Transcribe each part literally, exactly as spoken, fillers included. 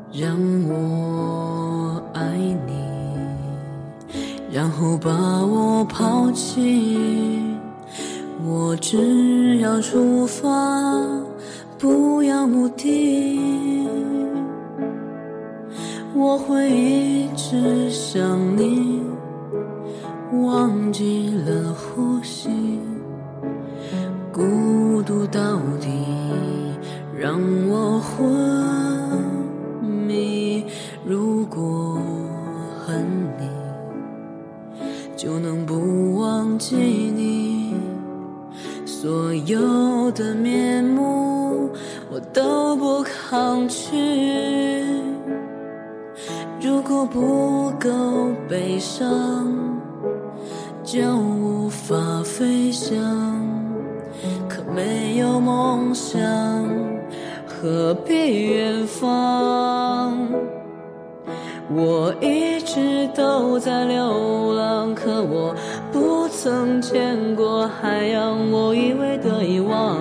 让我爱你，然后把我抛弃。我只要出发，不要目的。我会一直想你，忘记了呼吸，孤独到底让我昏迷。如果恨你，就能不忘记你，所有的面目我都不抗拒。如果不够悲伤，就无法飞翔。可没有梦想，何必远方？我一直都在流浪，可我不曾见过海洋，我以为的遗忘，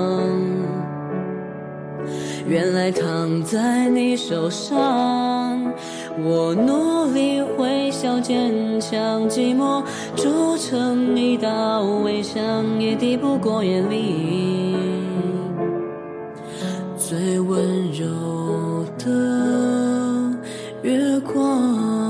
原来躺在你手上。我努力微笑坚强，寂寞筑成一道围墙，也抵不过眼里最温柔的月光。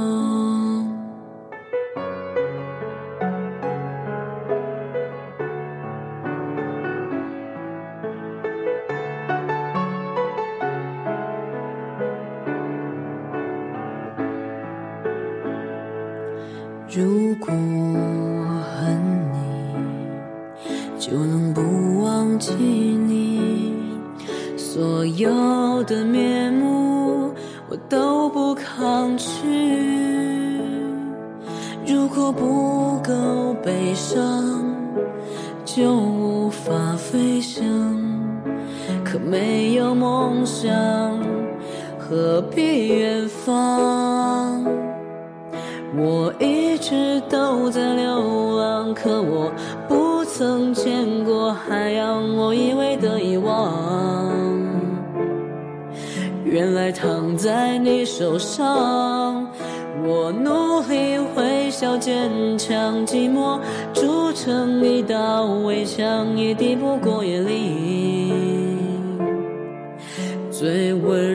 如果恨你，就能不忘记你，所有的面目我都不抗拒。如果不够悲伤，就无法飞翔。可没有梦想，何必远方？我一直都在流浪，可我不曾见过海洋，我以为的遗忘，原来躺在你手上。我努力微笑坚强，寂寞筑成一道围墙，也抵不过夜里最温